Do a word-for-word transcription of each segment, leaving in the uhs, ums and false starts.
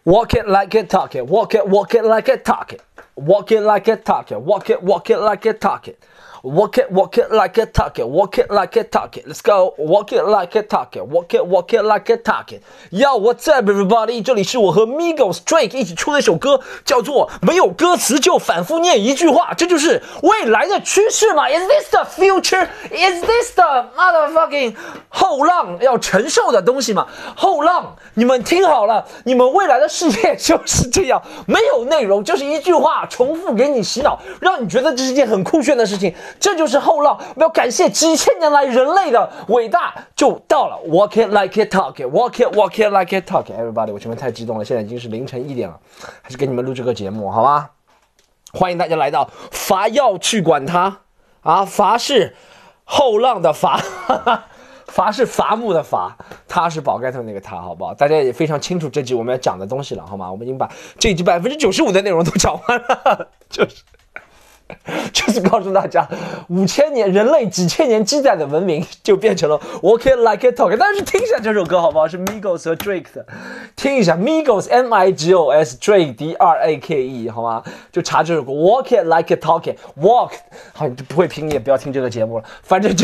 Walk it like it, talk it. Walk it, walk it like it, talk it. Walk it like it, talk it. Walk it, walk it like it, talk it. Walk it, walk it like it, talk it. Walk it like it, talk it. Let's go. Walk it like it, talk it. Walk it, walk it like it, talk it. Yo, what's up, everybody？ 这里是我和 Migos Drake 一起出的一首歌，叫做没有歌词就反复念一句话，这就是未来的趋势嘛 ？Is this the future? Is this the motherfucking 后浪要承受的东西嘛？后浪，你们听好了，你们未来的世界就是这样，没有内容，就是一句话重复给你洗脑，让你觉得这是一件很酷炫的事情。这就是后浪，我们要感谢几千年来人类的伟大，就到了 Walk it like it, talk it. Walk it, walk it like it, talk it. Everybody， 我前面太激动了，现在已经是凌晨一点了，还是给你们录这个节目，好吧？欢迎大家来到伐要去管它啊，伐是后浪的伐，伐是伐木的伐，他是宝盖头那个他，好不好？大家也非常清楚这集我们要讲的东西了，好吗？我们已经把这一集百分之九十五的内容都讲完了，就是。就是告诉大家，五千年人类几千年积攒的文明就变成了 Walk it like it, talk it。但是听一下这首歌好不好？是 Migos 和 Drake 的，听一下 Migos M I G O S Drake D R A K E 好吗？就查这首歌 Walk it like it, talk it Walk。好，你不会拼你也不要听这个节目了，反正就是，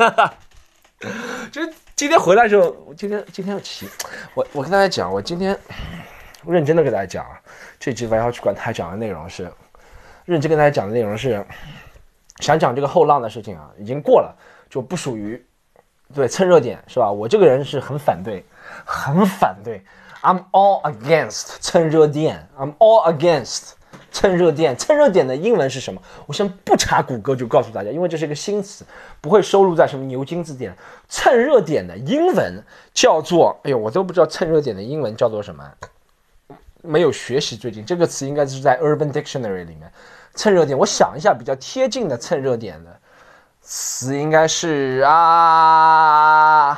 就是今天回来的时候，我今天今天要骑，我我跟大家讲，我今天认真的跟大家讲啊，这集我要去管他讲的内容是。认真跟大家讲的内容是，想讲这个后浪的事情啊，已经过了，就不属于对蹭热点是吧？我这个人是很反对，很反对 ，I'm all against 蹭热点 ，I'm all against 蹭热点。蹭热点的英文是什么？我先不查谷歌就告诉大家，因为这是一个新词，不会收录在什么牛津字典。蹭热点的英文叫做，哎呦，我都不知道蹭热点的英文叫做什么。没有学习，最近这个词应该是在 Urban Dictionary 里面。蹭热点，我想一下比较贴近的蹭热点的词应该是啊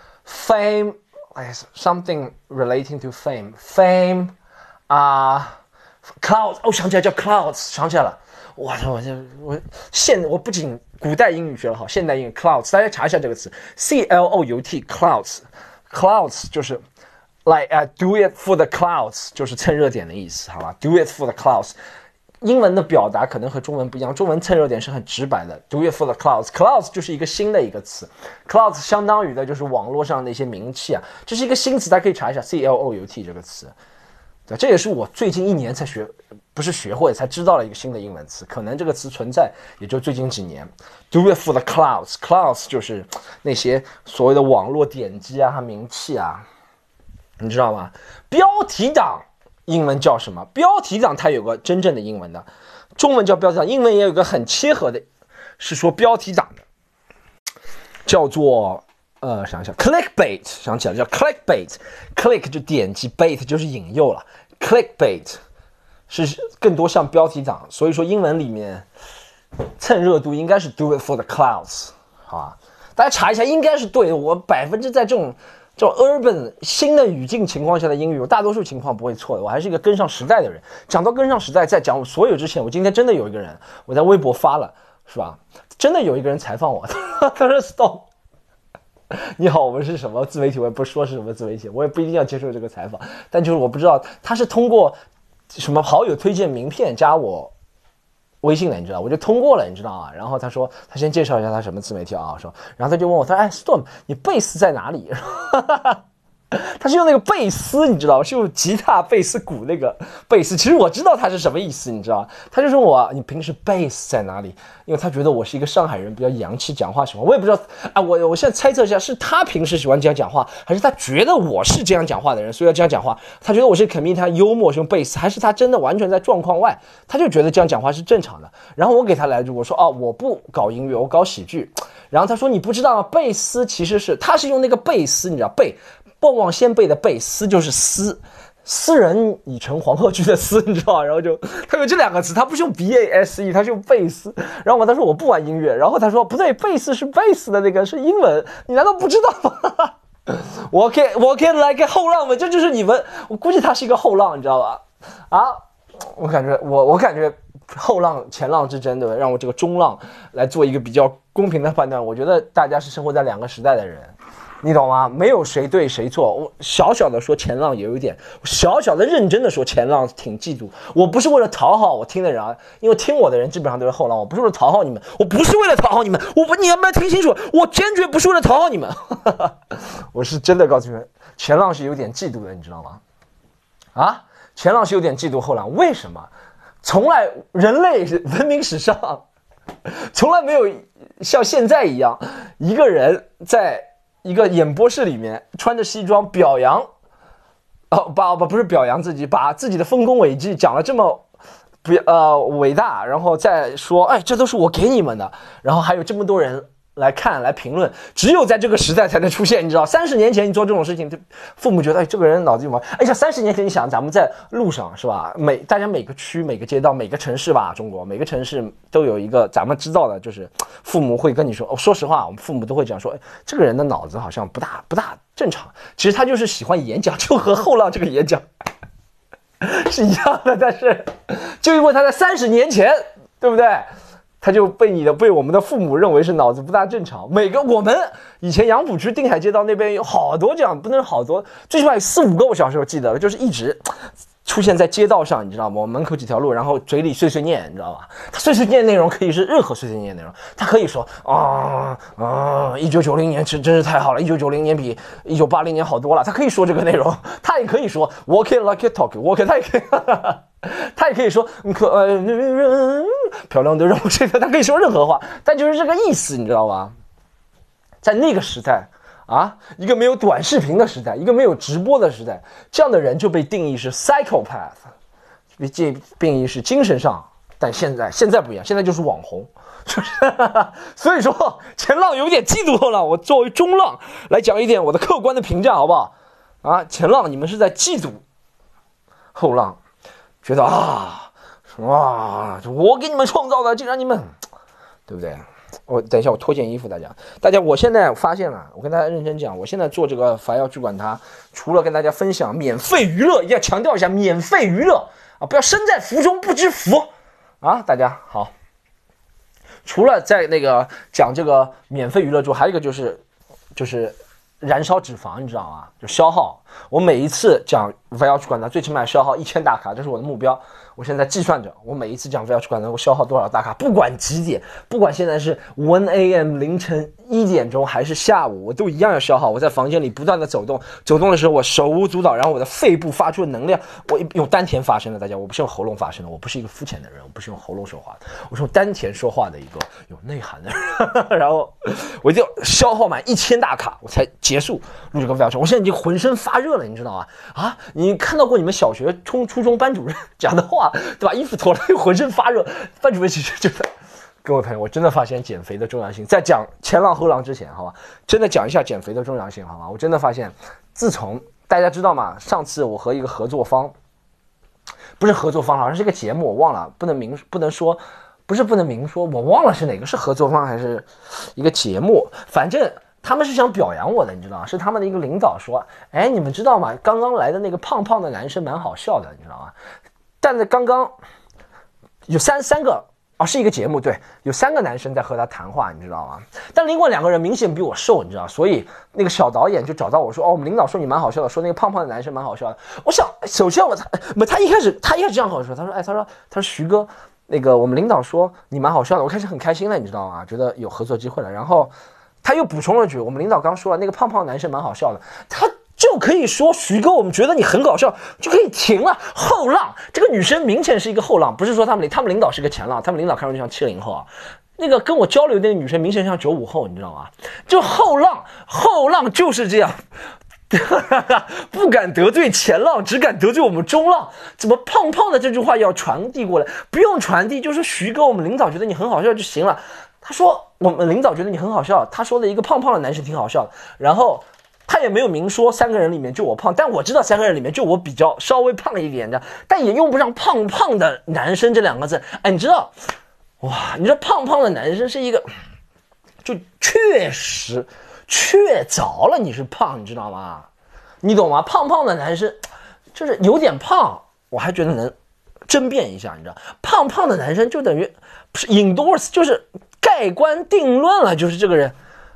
，fame， 哎 ，something relating to fame，fame 啊 ，clouds， 哦，想起来叫 clouds， 想起来了，哇，我这我现我不仅古代英语学得好，现代英语 clouds， 大家查一下这个词 ，C L O U T，clouds，clouds 就是。Like、uh, do it for the clouds 就是蹭热点的意思，好吧 ？Do it for the clouds， 英文的表达可能和中文不一样，中文蹭热点是很直白的。Do it for the clouds，clouds 就是一个新的一个词 ，clouds 相当于的就是网络上的一些名气啊，这是一个新词，大家可以查一下 C L O U T 这个词，对，这也是我最近一年才学，不是学会才知道了一个新的英文词，可能这个词存在也就最近几年。Do it for the clouds，clouds 就是那些所谓的网络点击啊、名气啊。你知道吗？标题党英文叫什么？标题党它有个真正的英文的，中文叫标题党，英文也有个很切合的，是说标题党的，叫做呃，想想 clickbait， 想起来叫 clickbait，click 就点击 ，bait 就是引诱了 ，clickbait 是更多像标题党，所以说英文里面蹭热度应该是 do it for the clouds， 好吧？大家查一下，应该是对的，我百分之在这种。这种 urban 新的语境情况下的英语，我大多数情况不会错的。我还是一个跟上时代的人。讲到跟上时代，在讲我所有之前，我今天真的有一个人，我在微博发了，是吧？真的有一个人采访我，他说 ：“Stop， 你好，我们是什么自媒体？我也不说是什么自媒体，我也不一定要接受这个采访。但就是我不知道他是通过什么好友推荐名片加我。”微信了，你知道，我就通过了，你知道啊。然后他说，他先介绍一下他什么自媒体啊，说，然后他就问我，他说，哎 ，Storm， 你贝斯在哪里？他是用那个贝斯，你知道，是用吉他、贝斯、鼓那个贝斯。其实我知道他是什么意思，你知道，他就说我，你平时贝斯在哪里？因为他觉得我是一个上海人，比较洋气，讲话喜欢。我也不知道啊，我我现在猜测一下，是他平时喜欢这样讲话，还是他觉得我是这样讲话的人，所以要这样讲话？他觉得我是肯定他幽默，是用贝斯，还是他真的完全在状况外？他就觉得这样讲话是正常的。然后我给他来一句，我说哦，我不搞音乐，我搞喜剧。然后他说你不知道吗？贝斯其实是他是用那个贝斯，你知道贝。蹦往先辈的贝斯就是斯，斯人已成黄鹤居的斯，你知道吧？然后就他有这两个词，他不是用 B A S E， 他是用贝斯。然后我他说我不玩音乐，然后他说不对，贝斯是贝斯的那个是英文，你难道不知道吗？我可以我可以来个后浪们，这就是你们，我估计他是一个后浪，你知道吧？啊，我感觉我我感觉后浪前浪之争，对吧？让我这个中浪来做一个比较公平的判断。我觉得大家是生活在两个时代的人。 你懂吗？没有谁对谁错。我小小的说前浪也有一点，小小的认真的说前浪挺嫉妒。我不是为了讨好我听的人啊，因为听我的人基本上都是后浪。我不是为了讨好你们，我不是为了讨好你们。我不，你要不要听清楚？我坚决不是为了讨好你们。我是真的告诉你们，前浪是有点嫉妒的，你知道吗？啊，前浪是有点嫉妒后浪，为什么？从来人类文明史上，从来没有像现在一样，一个人在一个演播室里面穿着西装表扬，哦，把不不是表扬自己，把自己的丰功伟绩讲了这么不呃伟大，然后再说，哎，这都是我给你们的，然后还有这么多人来看来评论，只有在这个时代才能出现，你知道，三十年前你做这种事情，父母觉得哎这个人脑子有毛，哎像三十年前你想咱们在路上是吧，每大家每个区每个街道每个城市吧，中国每个城市都有一个咱们知道的，就是父母会跟你说，哦，说实话，我们父母都会讲说，哎这个人的脑子好像不大不大正常，其实他就是喜欢演讲，就和后浪这个演讲是一样的，但是就因为他在三十年前，对不对？他就被你的被我们的父母认为是脑子不大正常。每个我们以前杨浦区定海街道那边有好多这样，不能是好多，最起码有四五个，我小时候记得，就是一直出现在街道上，你知道吗？我门口几条路，然后嘴里碎碎念，你知道吧？他碎碎念内容可以是任何碎碎念内容，他可以说啊啊，一九九零年真真是太好了，一九九零年比一九八零年好多了，他可以说这个内容，他也可以说 walk it like a talk，walk it， 他也可以。他也可以说可爱女人漂亮的让我睡的，他可以说任何话，但就是这个意思，你知道吗？在那个时代啊，一个没有短视频的时代，一个没有直播的时代，这样的人就被定义是 psychopath， 被定义是精神上。但现在现在不一样，现在就是网红，是不是？所以说前浪有点嫉妒后浪，我作为中浪来讲一点我的客观的评价，好不好？啊，前浪你们是在嫉妒后浪。觉得啊，哇，我给你们创造的，竟然你们，对不对？我等一下，我脱件衣服，大家，大家，我现在发现了，我跟大家认真讲，我现在做这个凡要去管它，除了跟大家分享免费娱乐，一定要强调一下免费娱乐啊，不要身在福中不知福啊，大家好。除了在那个讲这个免费娱乐之外，还有一个就是，就是。燃烧脂肪，你知道吗？就消耗。我每一次讲 V 要去管它，最起码消耗一千大卡，这是我的目标。我现在计算着，我每一次讲 V 要去管它，我消耗多少大卡，不管几点，不管现在是 one A M 凌晨一点钟还是下午，我都一样要消耗。我在房间里不断的走动，走动的时候我手舞足蹈，然后我的肺部发出的能量，我用丹田发声的。大家，我不是用喉咙发声的，我不是一个肤浅的人，我不是用喉咙说话的，我是用丹田说话的一个有内涵的人。然后我一定要消耗满一千大卡，我才结束录这个 V 要去。我现在已经浑身发热了，你知道吗？啊，你看到过你们小学、初初中班主任讲的话，对吧？衣服脱了，浑身发热，班主任其实就在。各位朋友，我真的发现减肥的重要性。在讲前浪后浪之前，好吧，真的讲一下减肥的重要性，好吧？我真的发现，自从大家知道吗？上次我和一个合作方，不是合作方，好像是一个节目，我忘了，不能明不能说，不是不能明说，我忘了是哪个是合作方还是一个节目，反正他们是想表扬我的，你知道吗？是他们的一个领导说，哎，你们知道吗？刚刚来的那个胖胖的男生蛮好笑的，你知道吗？但是刚刚有三三个。哦，是一个节目，对，有三个男生在和他谈话，你知道吗？但另外两个人明显比我瘦，你知道，所以那个小导演就找到我说，哦，我们领导说你蛮好笑的，说那个胖胖的男生蛮好笑的。我想，首先我他不，他一开始他一开始这样和我说，他说，哎，他说他说徐哥，那个我们领导说你蛮好笑的，我开始很开心了，你知道吗？觉得有合作机会了。然后他又补充了句，我们领导刚说了，那个胖胖的男生蛮好笑的，他。就可以说徐哥，我们觉得你很搞笑，就可以停了。后浪这个女生明显是一个后浪，不是说他们他们领导是个前浪，他们领导看上去像七零后啊。那个跟我交流的那个女生明显像九五后，你知道吗？就后浪，后浪就是这样，不敢得罪前浪，只敢得罪我们中浪。怎么胖胖的这句话要传递过来？不用传递，就是徐哥，我们领导觉得你很好笑就行了。他说我们领导觉得你很好笑，他说的一个胖胖的男生挺好笑的，然后。他也没有明说三个人里面就我胖，但我知道三个人里面就我比较稍微胖一点的，但也用不上胖胖的男生这两个字。哎，你知道，哇，你说胖胖的男生是一个，就确实确凿了你是胖，你知道吗？你懂吗？胖胖的男生就是有点胖，我还觉得能争辩一下，你知道，胖胖的男生就等于不是 endorse， 就是盖棺定论了，就是这个人。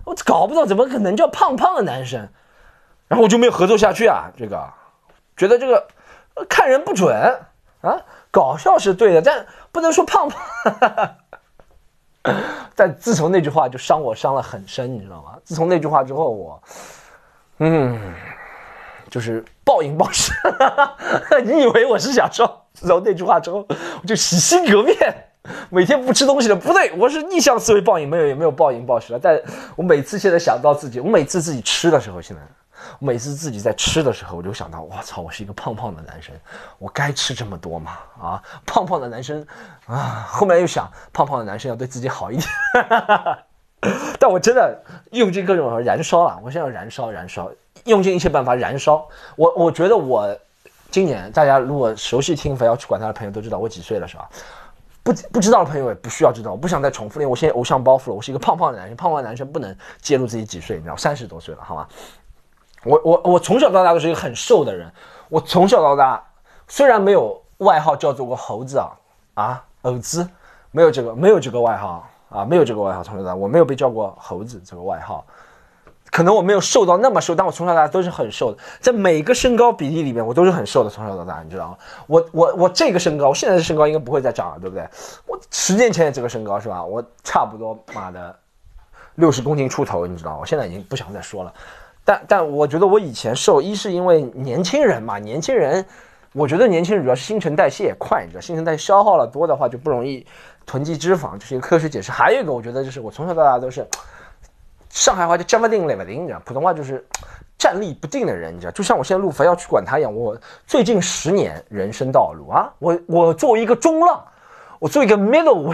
我搞不懂怎么可能叫胖胖的男生，然后我就没有合作下去啊，这个觉得这个看人不准啊，搞笑是对的，但不能说胖胖。但自从那句话就伤我伤了很深，你知道吗？自从那句话之后，我，嗯，就是暴饮暴食。你以为我是想说，自从那句话之后，我就洗心革面，每天不吃东西了？不对，我是逆向思维暴饮，没有也没有暴饮暴食了。但我每次现在想到自己，我每次自己吃的时候，现在。我每次自己在吃的时候，我就想到，我操，我是一个胖胖的男生，我该吃这么多吗？啊，胖胖的男生啊，后面又想，胖胖的男生要对自己好一点。但我真的用尽各种燃烧了，我现在要燃烧燃烧，用尽一切办法燃烧。我我觉得我今年，大家如果熟悉听非要去管他的朋友都知道我几岁了，是吧？不不知道的朋友也不需要知道，我不想再重复，因为我现在偶像包袱了，我是一个胖胖的男生，胖胖的男生不能揭露自己几岁，你知道，三十多岁了，好吗？我我我从小到大都是一个很瘦的人，我从小到大虽然没有外号叫做过猴子啊啊偶子，没有这个没有这个外号啊，没有这个外号，从小到大我没有被叫过猴子这个外号，可能我没有瘦到那么瘦，但我从小到大都是很瘦的，在每个身高比例里面我都是很瘦的，从小到大，你知道吗？我我我这个身高，我现在的身高应该不会再长了，对不对？我十年前的这个身高是吧？我差不多妈的六十公斤出头，你知道吗？我现在已经不想再说了。但但我觉得我以前瘦，一是因为年轻人嘛，年轻人，我觉得年轻人主要是新陈代谢快，你知道，新陈代谢消耗了多的话就不容易囤积脂肪，这是一个科学解释。还有一个，我觉得就是我从小到大都是上海话叫站不定、立不定，你知道，普通话就是站立不定的人，你知道，就像我现在录非要去管他一样。我最近十年人生道路啊，我我作为一个中浪，我作为一个 middle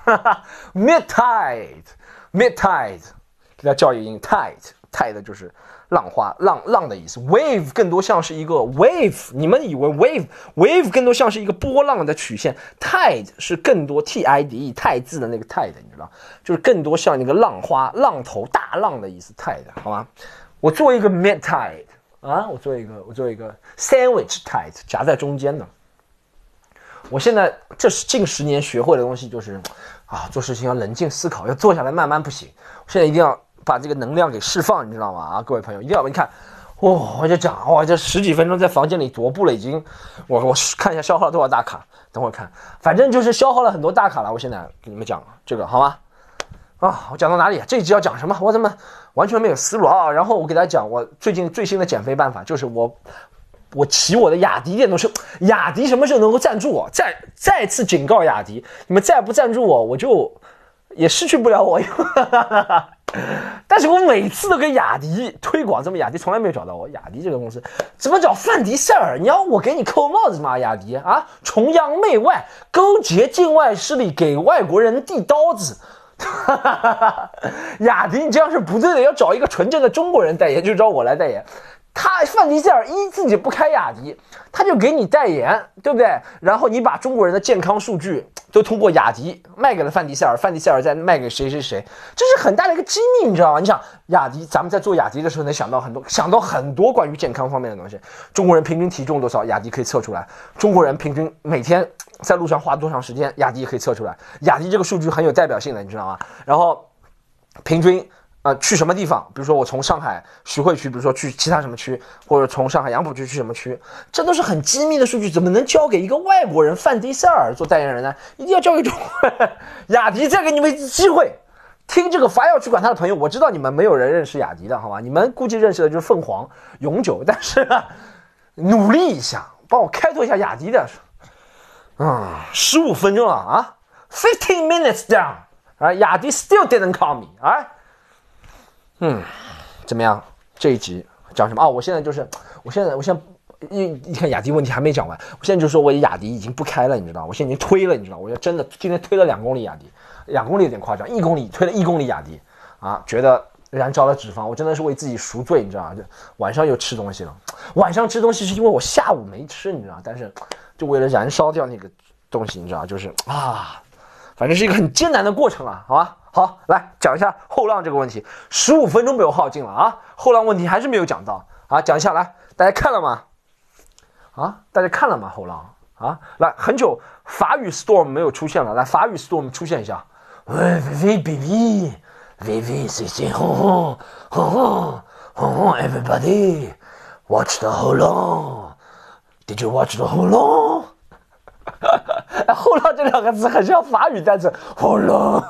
wave，mid tide，mid tide， 给他教育音 tide。tide 就是浪花浪浪的意思 ，wave 更多像是一个 wave， 你们以为 wave wave 更多像是一个波浪的曲线 ，tide 是更多 t i d e 太字的那个 tide， 你知道，就是更多像一个浪花浪头大浪的意思 tide， 好吗？我作为一个 mid tide 啊，我作为一个我作为一个 sandwich tide 夹在中间的，我现在这是近十年学会的东西就是啊，做事情要冷静思考，要坐下来慢慢不行，我现在一定要把这个能量给释放，你知道吗？啊，各位朋友，一定要你看，哦，我就讲，哇，这十几分钟在房间里踱步了，已经，我我看一下消耗了多少大卡，等会看，反正就是消耗了很多大卡了。我现在给你们讲这个好吗？啊，我讲到哪里？这一集要讲什么？我怎么完全没有思路啊？然后我给大家讲，我最近最新的减肥办法就是我。我骑我的雅迪电动车，雅迪什么时候能够赞助我？再再次警告雅迪，你们再不赞助我，我就也失去不了我。但是我每次都跟雅迪推广，这么雅迪从来没有找到我。雅迪这个公司怎么找范迪塞尔？你要我给你扣帽子吗？雅迪啊，崇洋媚外，勾结境外势力，给外国人递刀子。雅迪，你这样是不对的，要找一个纯正的中国人代言，就找我来代言。他范迪塞尔一自己不开雅迪，他就给你代言，对不对？然后你把中国人的健康数据都通过雅迪卖给了范迪塞尔，范迪塞尔再卖给谁谁谁，这是很大的一个机密，你知道吗？你想雅迪，咱们在做雅迪的时候能想到很多，想到很多关于健康方面的东西。中国人平均体重多少，雅迪可以测出来；中国人平均每天在路上花多长时间，雅迪也可以测出来。雅迪这个数据很有代表性的，你知道吗？然后平均。呃，去什么地方？比如说我从上海徐汇区，比如说去其他什么区，或者从上海杨浦区去什么区，这都是很机密的数据，怎么能交给一个外国人范迪塞尔做代言人呢？一定要交给中国人。雅迪再给你们一次机会，听这个伐要去管他的朋友，我知道你们没有人认识雅迪的，好吧？你们估计认识的就是凤凰、永久，但是呢，努力一下，帮我开拓一下雅迪的。嗯，十五分钟了啊 ，fifteen minutes down 啊，雅迪 still didn't call me 啊。嗯，怎么样？这一集讲什么？哦，我现在就是，我现在，我现在，你你看雅迪问题还没讲完，我现在就说我雅迪已经不开了，你知道？我现在已经推了，你知道？我真的今天推了两公里雅迪，两公里有点夸张，一公里推了一公里雅迪啊，觉得燃烧了脂肪，我真的是为自己赎罪，你知道吗？就晚上又吃东西了，晚上吃东西是因为我下午没吃，你知道？但是就为了燃烧掉那个东西，你知道？就是啊，反正是一个很艰难的过程啊，好吧？好，来讲一下后浪这个问题，十五分钟被我耗尽了啊！后浪问题还是没有讲到啊，讲一下来，大家看了吗？啊，大家看了吗？后浪啊，来，很久法语 storm 没有出现了，来，法语 storm 出现一下，喂喂 baby， V V sixteen， 轰轰轰轰轰轰 ，Everybody watch the 后浪 ，Did you watch the 后浪？后浪这两个字很像法语单词，后浪。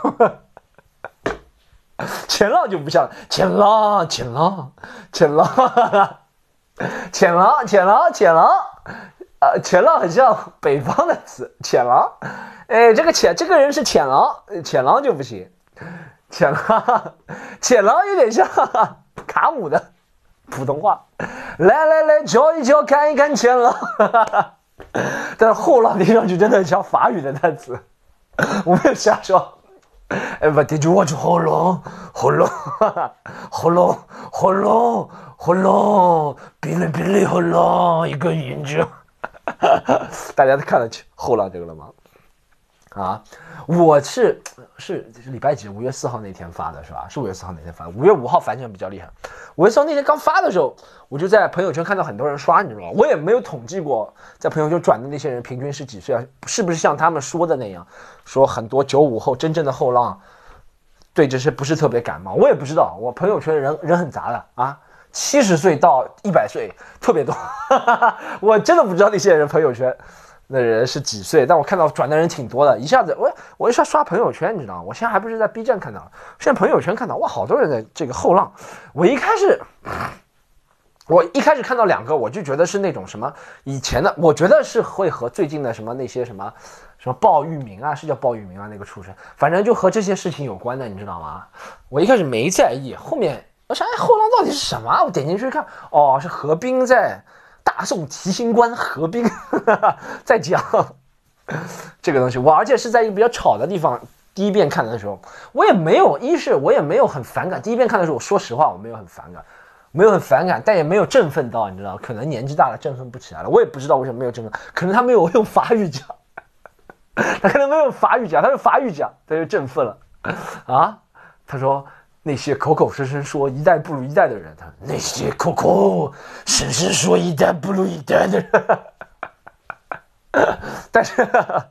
前浪就不像前浪，前浪，前浪，前浪，前浪，前浪，呃，前浪很像北方的词，浅狼。哎，这个浅，这个人是浅狼，浅狼就不行。浅狼，浅狼有点像卡姆的普通话。来来来，瞧一瞧，看一看浅狼。但是后浪听上去真的很像法语的单词，我没有瞎说。哎，不，did you watch 后浪？后浪，后浪，后浪，后浪，哔哩哔哩后浪，一个眼睛。大家都看得起后浪这个了吗？啊，我是是礼拜几？五月四号那天发的是吧？是五月四号那天发的。五月五号反响比较厉害。五月四号那天刚发的时候，我就在朋友圈看到很多人刷，你知道吗？我也没有统计过在朋友圈转的那些人平均是几岁啊？是不是像他们说的那样，说很多九五后真正的后浪对这些不是特别感冒？我也不知道，我朋友圈人人很杂的啊。七十岁到一百岁特别多，我真的不知道那些人朋友圈的人是几岁，但我看到转的人挺多的，一下子我我一下刷朋友圈，你知道吗？我现在还不是在 B 站看到，现在朋友圈看到，哇，好多人在这个后浪。我一开始，我一开始看到两个，我就觉得是那种什么以前的，我觉得是会和最近的什么那些什么什么鲍玉明啊，是叫鲍玉明啊那个出身，反正就和这些事情有关的，你知道吗？我一开始没在意，后面。我想，哎，后浪到底是什么？我点进去看，哦，是何冰在大宋提刑官何冰在讲这个东西。我而且是在一个比较吵的地方，第一遍看的时候，我也没有，一是我也没有很反感。第一遍看的时候，我说实话，我没有很反感，没有很反感，但也没有振奋到，你知道，可能年纪大了振奋不起来了。我也不知道为什么没有振奋，可能他没有用法语讲，他可能没有法语讲，他用法语讲，他就振奋了啊。他说。那些口口声声说一代不如一代的人，他那些口口声声说一代不如一代的人，但是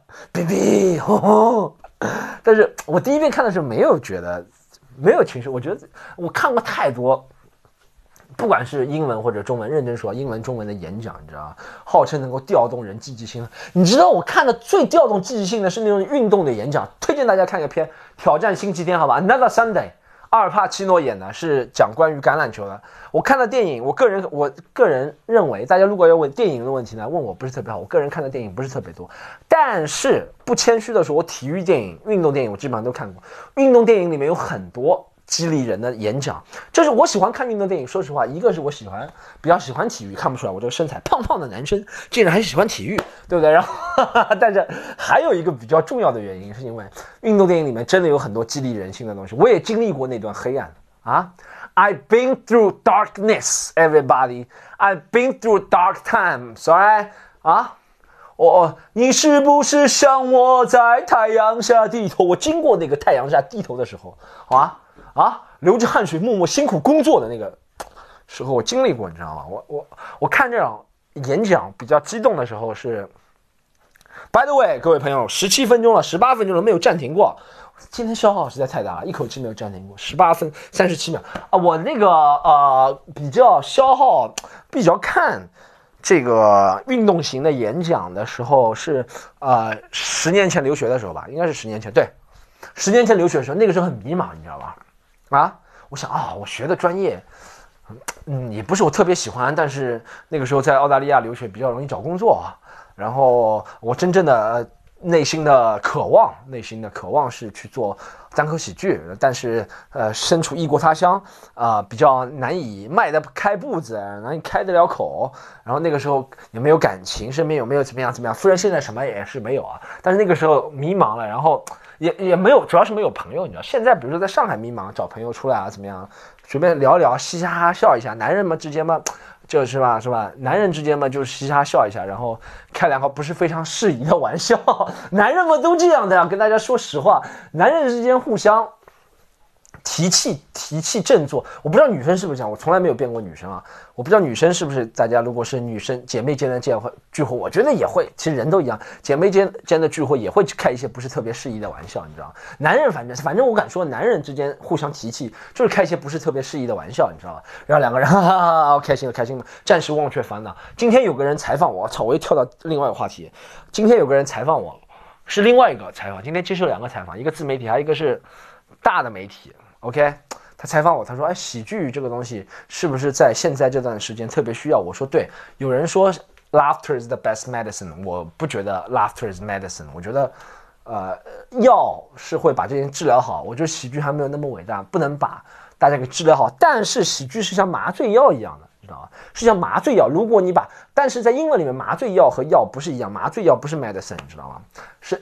，baby， 吼吼，但是我第一遍看的时候没有觉得，没有情绪，我觉得我看过太多，不管是英文或者中文，认真说英文、中文的演讲，你知道吗？号称能够调动人积极性。你知道我看的最调动积极性的是那种运动的演讲，推荐大家看个片《挑战星期天》，好吧 ？Another Sunday。阿尔帕奇诺演的是讲关于橄榄球的。我看的电影，我个人我个人认为，大家如果要问电影的问题呢，问我不是特别好。我个人看的电影不是特别多，但是不谦虚的说，我体育电影、运动电影我基本上都看过。运动电影里面有很多激励人的演讲，就是我喜欢看运动电影。说实话，一个是我喜欢比较喜欢体育，看不出来我这个身材胖胖的男生竟然还喜欢体育，对不对？然后，但是还有一个比较重要的原因，是因为运动电影里面真的有很多激励人心的东西。我也经历过那段黑暗啊 ，I've been through darkness, everybody. I've been through dark times, alright? 啊，我你是不是像我在太阳下低头？我经过那个太阳下低头的时候，好啊。啊，流着汗水默默辛苦工作的那个时候，我经历过，你知道吗？我我我看这种演讲比较激动的时候是 ，by the way， 各位朋友，十七分钟了，十八分钟了，没有暂停过。今天消耗实在太大了，一口气没有暂停过，十八分三十七秒啊！我那个呃比较消耗，比较看这个运动型的演讲的时候是呃十年前留学的时候吧，应该是十年前，对，十年前留学的时候，那个时候很迷茫，你知道吧？啊，我想啊，我学的专业，嗯，也不是我特别喜欢，但是那个时候在澳大利亚留学比较容易找工作啊。然后我真正的、呃、内心的渴望，内心的渴望是去做单口喜剧，但是呃，身处异国他乡啊、呃，比较难以迈得开步子，难以开得了口。然后那个时候也没有感情，身边有没有怎么样怎么样？虽然现在什么也是没有啊，但是那个时候迷茫了，然后。也也没有，主要是没有朋友，你知道。现在比如说在上海迷茫，找朋友出来啊，怎么样？随便聊聊，嘻嘻哈哈笑一下。男人嘛之间嘛，就是吧，是吧？男人之间嘛，就是嘻嘻哈哈笑一下，然后开两个不是非常适宜的玩笑。男人们都这样的呀，跟大家说实话，男人之间互相提气提气振作。我不知道女生是不是这样，我从来没有变过女生啊。我不知道女生是不是，大家如果是女生姐妹间的这样聚会，我觉得也会，其实人都一样，姐妹间间的聚会也会开一些不是特别适宜的玩笑，你知道吗？男人反正反正我敢说，男人之间互相提气就是开一些不是特别适宜的玩笑，你知道吧？然后两个人哈哈哈哈开心了开心了，暂时忘却烦恼。今天有个人采访我，操，我又跳到另外一个话题。今天有个人采访我，是另外一个采访，今天接受两个采访，一个自媒体，还有一个是大的媒体。OK， 他采访我，他说：“哎，喜剧这个东西是不是在现在这段时间特别需要？”我说：“对。”有人说 “laughter is the best medicine”， 我不觉得 “laughter is medicine”， 我觉得，呃，药是会把这些治疗好。我觉得喜剧还没有那么伟大，不能把大家给治疗好。但是喜剧是像麻醉药一样的，知道吗？是像麻醉药。如果你把，但是在英文里面，麻醉药和药不是一样，麻醉药不是 medicine， 你知道吗？是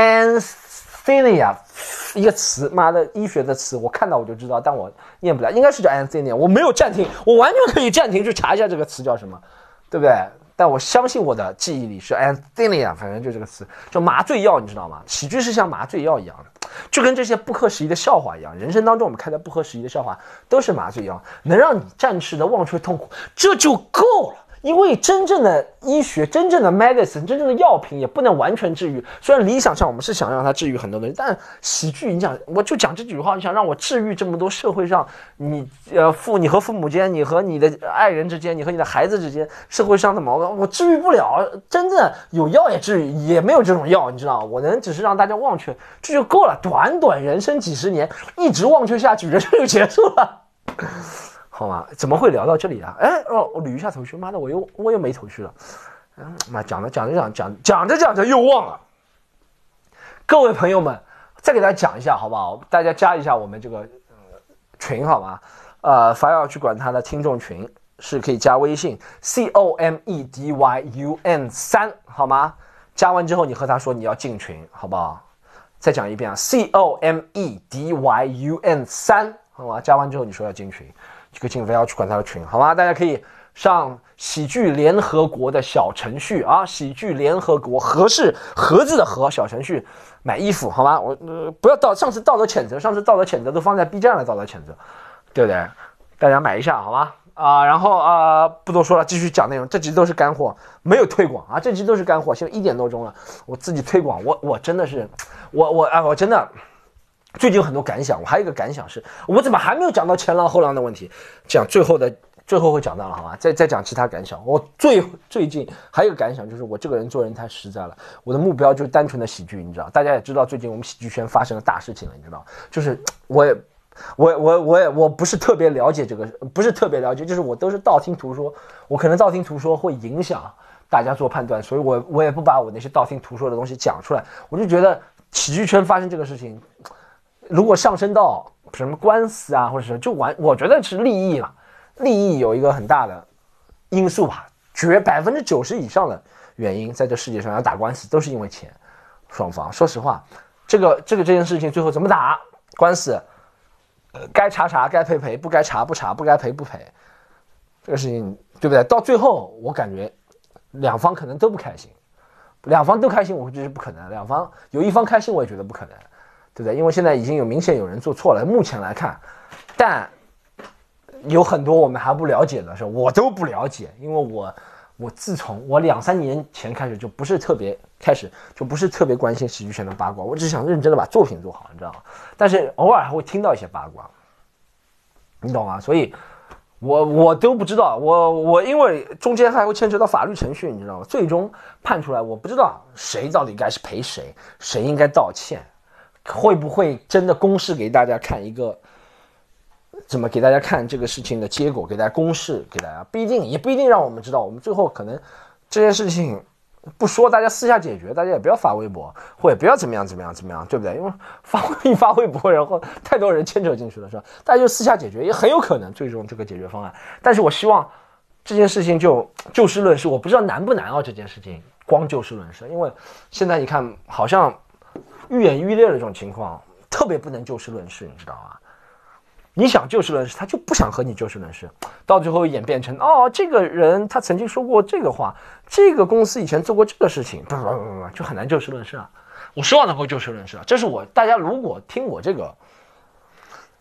anesthesia。一个词，妈的，医学的词，我看到我就知道，但我念不了，应该是叫 anesthesia。我没有暂停，我完全可以暂停去查一下这个词叫什么，对不对？但我相信我的记忆里是 anesthesia， 反正就这个词，叫麻醉药，你知道吗？喜剧是像麻醉药一样的，就跟这些不合时宜的笑话一样。人生当中我们开的不合时宜的笑话都是麻醉药，能让你暂时的忘却痛苦，这就够了。因为真正的医学，真正的 medicine， 真正的药品也不能完全治愈。虽然理想上我们是想让它治愈很多东西，但喜剧，你讲，我就讲这句话，你想让我治愈这么多社会上你呃父你和父母间，你和你的爱人之间，你和你的孩子之间社会上的矛盾，我治愈不了。真正有药也治愈，也没有这种药，你知道，我能只是让大家忘却，这就够了。短短人生几十年，一直忘却下去，人生就结束了。好吗？怎么会聊到这里啊？哎哦，我捋一下头绪，妈的，我又我又没头绪了。嗯，妈，讲着讲着讲讲讲着讲着又忘了。各位朋友们，再给大家讲一下好不好？大家加一下我们这个、呃、群好吗？呃，凡要去管他的听众群是可以加微信 C O M E D Y U N 三好吗？加完之后你和他说你要进群，好不好？再讲一遍啊 ，C O M E D Y U N 三好吗？加完之后你说要进群。这个进非要去管他的群，好吗？大家可以上喜剧联合国的小程序啊，喜剧联合国，合是盒子的盒，小程序买衣服，好吗？我、呃、不要道上次道德谴责，上次道德谴责都放在 B 站了，道德谴责，对不对？大家买一下，好吗？啊、呃，然后啊、呃，不多说了，继续讲内容。这集都是干货，没有推广啊，这集都是干货。现在一点多钟了，我自己推广，我我真的是，我我啊，我真的。最近有很多感想，我还有一个感想是，我怎么还没有讲到前浪后浪的问题？讲最后的最后会讲到了，好吧？再再讲其他感想。我最最近还有一个感想就是，我这个人做人太实在了。我的目标就是单纯的喜剧，你知道？大家也知道，最近我们喜剧圈发生了大事情了，你知道？就是我也我我我也我不是特别了解这个，不是特别了解，就是我都是道听途说，我可能道听途说会影响大家做判断，所以我我也不把我那些道听途说的东西讲出来。我就觉得喜剧圈发生这个事情。如果上升到什么官司啊，或者是就完，我觉得是利益嘛，利益有一个很大的因素吧，绝百分之九十以上的原因，在这世界上要打官司都是因为钱。双方说实话，这个这个这件事情最后怎么打官司，呃，该查查，该赔赔，不该查不查，不该赔不赔，这个事情对不对？到最后我感觉两方可能都不开心，两方都开心，我觉得是不可能，两方有一方开心，我也觉得不可能。对不对？因为现在已经有明显有人做错了，目前来看，但有很多我们还不了解的时候，我都不了解，因为我我自从我两三年前开始就不是特别开始就不是特别关心喜剧圈的八卦，我只想认真的把作品做好，你知道吗？但是偶尔还会听到一些八卦，你懂吗？所以我我都不知道，我我因为中间还会牵扯到法律程序，你知道吗？最终判出来，我不知道谁到底该是赔谁，谁应该道歉。会不会真的公示给大家看一个，怎么给大家看这个事情的结果，给大家公示给大家，不一定也不一定让我们知道，我们最后可能这件事情不说，大家私下解决，大家也不要发微博，或者不要怎么样怎么样怎么样，对不对？因为发一发微博，然后太多人牵扯进去了，是吧？大家就私下解决，也很有可能最终这个解决方案。但是我希望这件事情就就事论事，我不知道难不难啊，这件事情光就事论事，因为现在你看好像。愈演愈烈的这种情况，特别不能就事论事，你知道吗？你想就事论事，他就不想和你就事论事，到最后演变成哦，这个人他曾经说过这个话，这个公司以前做过这个事情，不不不不，就很难就事论事啊。我希望能够就事论事啊，这是我大家如果听我这个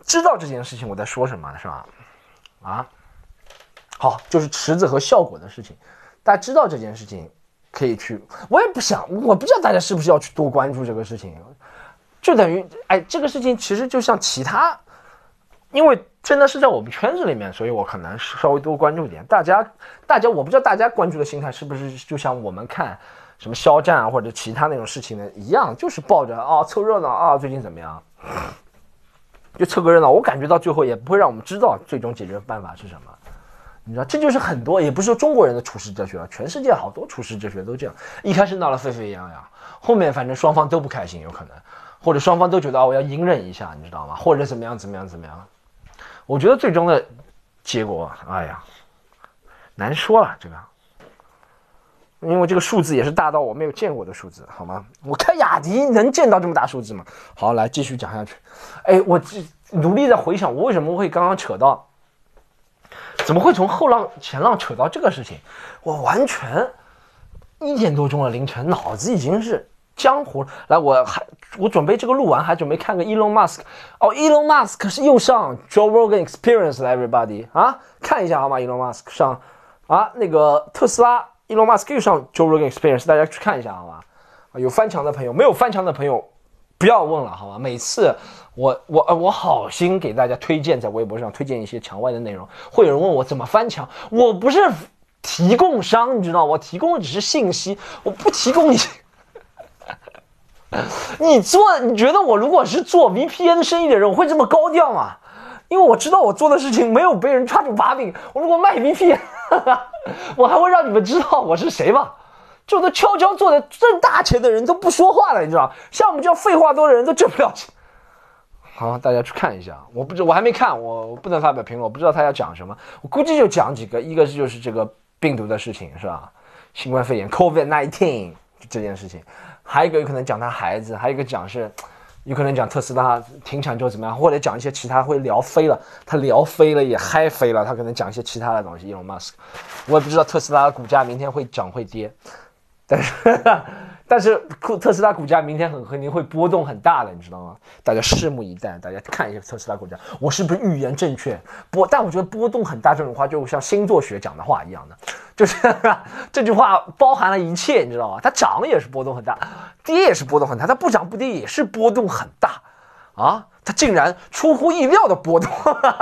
知道这件事情我在说什么，是吧？啊，好，就是池子和效果的事情，大家知道这件事情可以去，我也不想，我不知道大家是不是要去多关注这个事情，就等于，哎，这个事情其实就像其他，因为真的是在我们圈子里面，所以我可能稍微多关注一点。大家，大家，我不知道大家关注的心态是不是就像我们看什么肖战啊或者其他那种事情的一样，就是抱着啊凑热闹啊最近怎么样，就凑个热闹。我感觉到最后也不会让我们知道最终解决办法是什么。你知道，这就是很多，也不是说中国人的处世哲学，全世界好多处世哲学都这样。一开始闹得沸沸扬扬，后面反正双方都不开心，有可能，或者双方都觉得啊我要隐忍一下，你知道吗？或者怎么样怎么样怎么样。我觉得最终的结果，哎呀，难说了这个。因为这个数字也是大到我没有见过的数字，好吗？我开雅迪能见到这么大数字吗？好，来继续讲下去。哎，我努力在回想，我为什么会刚刚扯到，怎么会从后浪前浪扯到这个事情？我完全一点多钟了凌晨，脑子已经是浆糊了。来，我还我准备这个录完，还准备看个 Elon Musk。哦 ，Elon Musk 是又上 Joe Rogan Experience 了 ，everybody 啊，看一下好吗 ？Elon Musk 上啊，那个特斯拉。Elon Musk 又上 Joe Rogan Experience， 大家去看一下好吗？有翻墙的朋友，没有翻墙的朋友不要问了好吗？每次我我我好心给大家推荐，在微博上推荐一些墙外的内容，会有人问我怎么翻墙，我不是提供商，你知道，我提供的只是信息，我不提供你。你做，你觉得我如果是做 V P N 生意的人，我会这么高调吗？因为我知道我做的事情没有被人抓住把柄，我如果卖 V P N， 我还会让你们知道我是谁吗？就都悄悄做的挣大钱的人都不说话了，你知道，像我们这样废话多的人都挣不了钱。好，大家去看一下，我不知我还没看，我不能发表评论，我不知道他要讲什么，我估计就讲几个，一个就是这个病毒的事情，是吧？新冠肺炎 COVID 十九 这件事情，还有一个有可能讲他孩子，还有一个讲是。有可能讲特斯拉停产之后怎么样，或者讲一些其他会聊飞了，他聊飞了也嗨飞了，他可能讲一些其他的东西。Elon Musk， 我也不知道特斯拉的股价明天会涨会跌，但是但是特斯拉股价明天很肯定会波动很大的，你知道吗？大家拭目以待，大家看一下特斯拉股价，我是不是预言正确？波，但我觉得波动很大这种话，就像星座学讲的话一样的，就是这句话包含了一切，你知道吗？它涨也是波动很大，跌也是波动很大，它不涨不跌也是波动很大，啊，它竟然出乎意料的波动，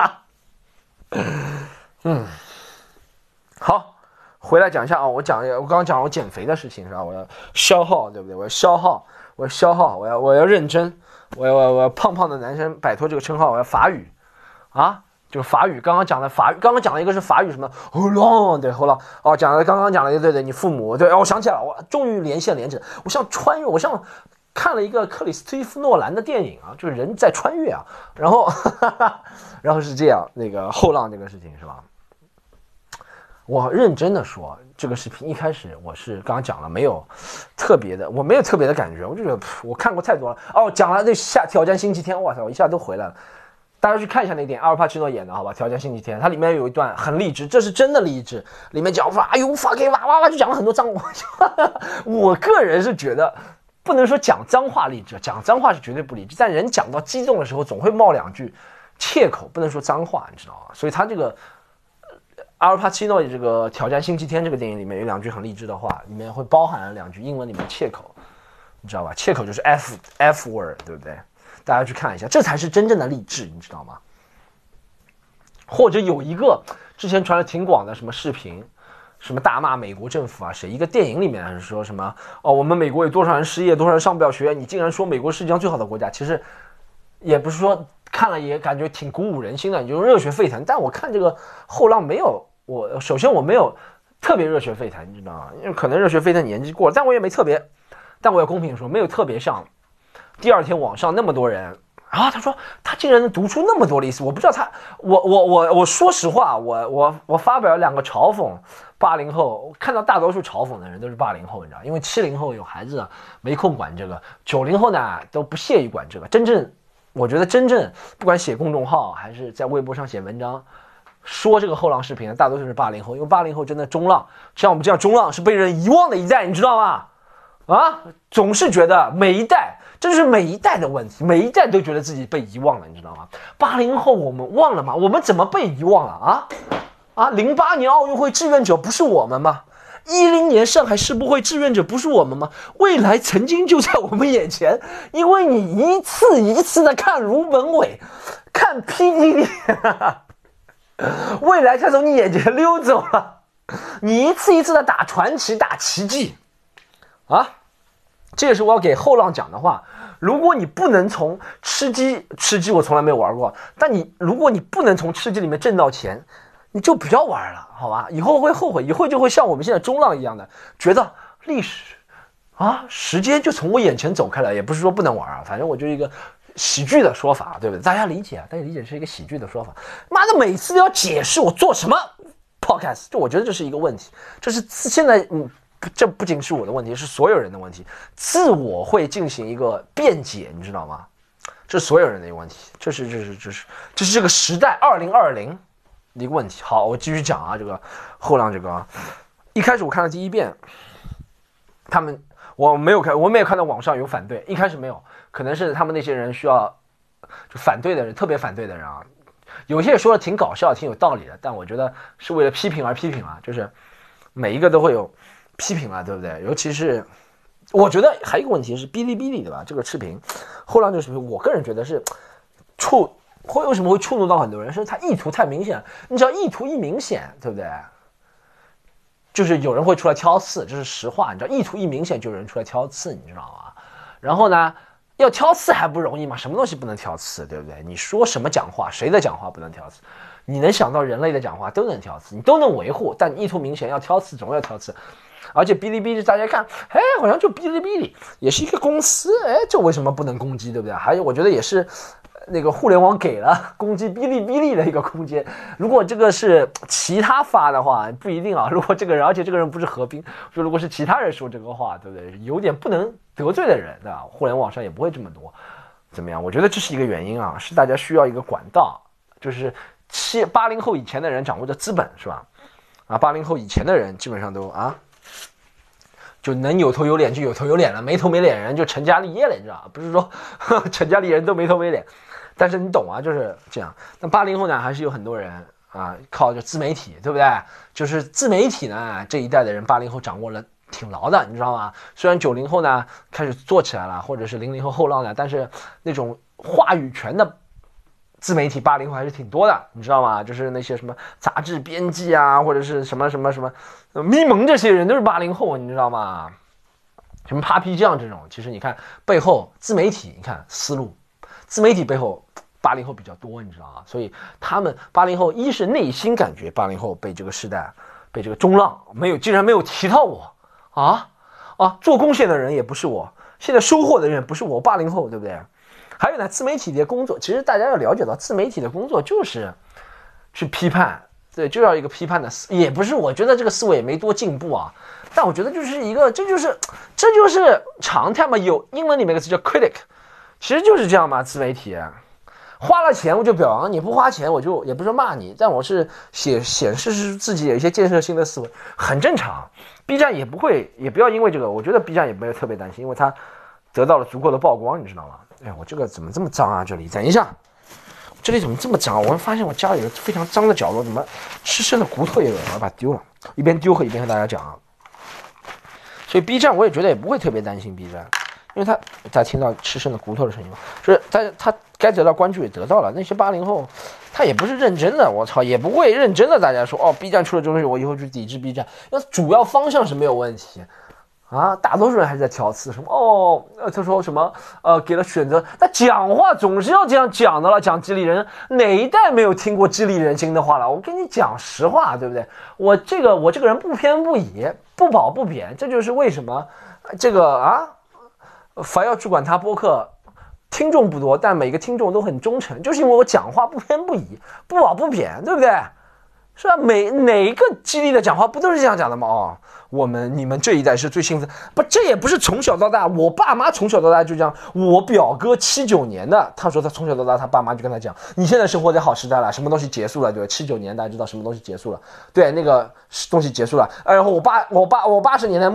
嗯，好。回来讲一下啊，我讲我刚刚讲我减肥的事情是吧？我要消耗，对不对？我要消耗，我要消耗，我要我要认真，我要我要胖胖的男生摆脱这个称号，我要法语，啊，就是法语。刚刚讲的法语，刚刚讲了一个是法语什么 ？Hold on， 对 ，Hold on， 哦，讲了刚刚讲了一个对对，你父母对，哦，我想起来了，我终于连线连起来，我像穿越，我像看了一个克里斯蒂夫诺兰的电影啊，就是人在穿越啊，然后哈哈，然后是这样，那个后浪这个事情是吧？我认真的说，这个视频一开始我是刚刚讲了，没有特别的，我没有特别的感觉，我就觉得我看过太多了。哦，讲了那下挑战星期天，哇塞，我一下都回来了。大家去看一下那电影，阿尔帕奇诺演的，好吧？挑战星期天，它里面有一段很励志，这是真的励志，里面讲说，哎呦，fuck it，哇哇哇，就讲了很多脏话。我个人是觉得，不能说讲脏话励志，讲脏话是绝对不励志，但人讲到激动的时候，总会冒两句切口，不能说脏话，你知道吗？所以他这个。阿尔帕奇诺这个挑战星期天这个电影里面有两句很励志的话，里面会包含了两句英文里面切口，你知道吧？切口就是 F F word， 对不对？大家去看一下，这才是真正的励志，你知道吗？或者有一个之前传的挺广的什么视频，什么大骂美国政府啊，谁一个电影里面是说什么哦，我们美国有多少人失业，多少人上不了学，你竟然说美国是世界上最好的国家，其实也不是说。看了也感觉挺鼓舞人心的，你就热血沸腾。但我看这个后浪没有，我首先我没有特别热血沸腾，你知道吗？因为可能热血沸腾年纪过了，但我也没特别，但我要公平说，没有特别像第二天网上那么多人啊，他说他竟然能读出那么多的意思，我不知道他，我我我我说实话，我我我发表了两个嘲讽八零后，看到大多数嘲讽的人都是八零后，你知道，因为七零后有孩子没空管这个，九零后呢都不屑于管这个，真正。我觉得真正不管写公众号还是在微博上写文章，说这个后浪视频的大多数是八零后，因为八零后真的中浪，像我们这样中浪是被人遗忘的一代，你知道吗？啊，总是觉得每一代这就是每一代的问题，每一代都觉得自己被遗忘了，你知道吗？八零后我们忘了吗？我们怎么被遗忘了啊？啊，零八年奥运会志愿者不是我们吗？一零年上海世博会志愿者不是我们吗？未来曾经就在我们眼前，因为你一次一次的看卢本伟，看 P D D， 未来才从你眼前溜走了。你一次一次的打传奇，打奇迹，啊，这也是我要给后浪讲的话。如果你不能从吃鸡，吃鸡我从来没有玩过，但你如果你不能从吃鸡里面挣到钱，你就不要玩了，好吧？以后会后悔，以后就会像我们现在中浪一样的，觉得历史啊，时间就从我眼前走开了。也不是说不能玩啊，反正我就一个喜剧的说法，对不对？大家理解啊，大家理解是一个喜剧的说法。妈的，每次都要解释我做什么 podcast， 就我觉得这是一个问题，这是现在嗯。这不仅是我的问题，是所有人的问题。自我会进行一个辩解，你知道吗？这是所有人的一个问题，这是这是这是这是这个时代二零二零的一个问题。好，我继续讲啊，这个后浪这个，一开始我看了第一遍，他们我没有看，我没有看到网上有反对，一开始没有，可能是他们那些人需要就反对的人，特别反对的人啊，有些说的挺搞笑，挺有道理的，但我觉得是为了批评而批评啊，就是每一个都会有。批评了，对不对？尤其是，我觉得还有一个问题是哔哩哔哩对吧？这个视频，后浪这个视频，我个人觉得是触会为什么会触怒到很多人？是他意图太明显。你只要意图一明显，对不对？就是有人会出来挑刺，这是实话。你知道意图一明显，就有人出来挑刺，你知道吗？然后呢，要挑刺还不容易吗？什么东西不能挑刺，对不对？你说什么讲话，谁的讲话不能挑刺？你能想到人类的讲话都能挑刺，你都能维护，但意图明显要挑刺，总要挑刺。而且哔哩哔哩大家看，哎，好像就哔哩哔哩也是一个公司，哎，这为什么不能攻击，对不对？还有，我觉得也是那个互联网给了攻击哔哩哔哩的一个空间。如果这个是其他发的话，不一定啊。如果这个人，而且这个人不是何冰，说如果是其他人说这个话，对不对？有点不能得罪的人，对吧？互联网上也不会这么多。怎么样？我觉得这是一个原因啊，是大家需要一个管道，就是七八零后以前的人掌握着资本，是吧？啊，八零后以前的人基本上都啊。就能有头有脸就有头有脸了，没头没脸人就成家立业了，你知道吧？不是说呵呵成家立业人都没头没脸，但是你懂啊，就是这样。那八零后呢，还是有很多人啊，靠着自媒体，对不对？就是自媒体呢，这一代的人，八零后掌握了挺牢的，你知道吗？虽然九零后呢开始做起来了，或者是零零后后浪呢，但是那种话语权的自媒体八零后还是挺多的，你知道吗？就是那些什么杂志编辑啊，或者是什么什么什么咪蒙这些人都是八零后，你知道吗？什么 Papi 酱这种，其实你看背后自媒体，你看思路，自媒体背后八零后比较多，你知道吗？所以他们八零后一是内心感觉八零后被这个时代，被这个中浪没有，竟然没有提到我啊啊！做贡献的人也不是我，现在收获的人不是我，八零后，对不对？还有呢，自媒体的工作，其实大家要了解到，自媒体的工作就是去批判，对，就要一个批判的思，也不是，我觉得这个思维也没多进步啊，但我觉得就是一个，这就是这就是常态嘛，有英文里面有个词叫 critic， 其实就是这样嘛，自媒体花了钱我就表扬你，不花钱我就也不是骂你，但我是显显示自己有一些建设性的思维，很正常。B 站也不会，也不要因为这个，我觉得 B 站也没有特别担心，因为它得到了足够的曝光，你知道吗？哎，我这个怎么这么脏啊？这里，等一下，这里怎么这么脏？我发现我家里有非常脏的角落，怎么吃剩的骨头也有？我要把它丢了，一边丢和一边和大家讲啊。所以 B 站我也觉得也不会特别担心 B 站，因为他大家听到吃剩的骨头的声音吗？就是他他该得到关注也得到了。那些八零后，他也不是认真的，我操，也不会认真的。大家说哦 ，B 站出了这东西，我以后去抵制 B 站，那主要方向是没有问题。啊，大多数人还是在挑刺什么哦，他说什么呃，给了选择，那讲话总是要这样讲的了，讲激励人，哪一代没有听过激励人心的话了？我跟你讲实话，对不对？我这个我这个人不偏不倚，不褒不贬，这就是为什么这个啊，凡要主管他播客听众不多，但每个听众都很忠诚，就是因为我讲话不偏不倚，不褒不贬，对不对？是吧？每哪一个激励的讲话不都是这样讲的吗？哦，我们你们这一代是最幸福的，不，这也不是从小到大，我爸妈从小到大就这样。我表哥七九年的，他说他从小到大，他爸妈就跟他讲，你现在生活在好时代了，什么东西结束了，对吧？七九年大家知道什么东西结束了，对，那个东西结束了。然后我爸，我爸，我八十年代末的，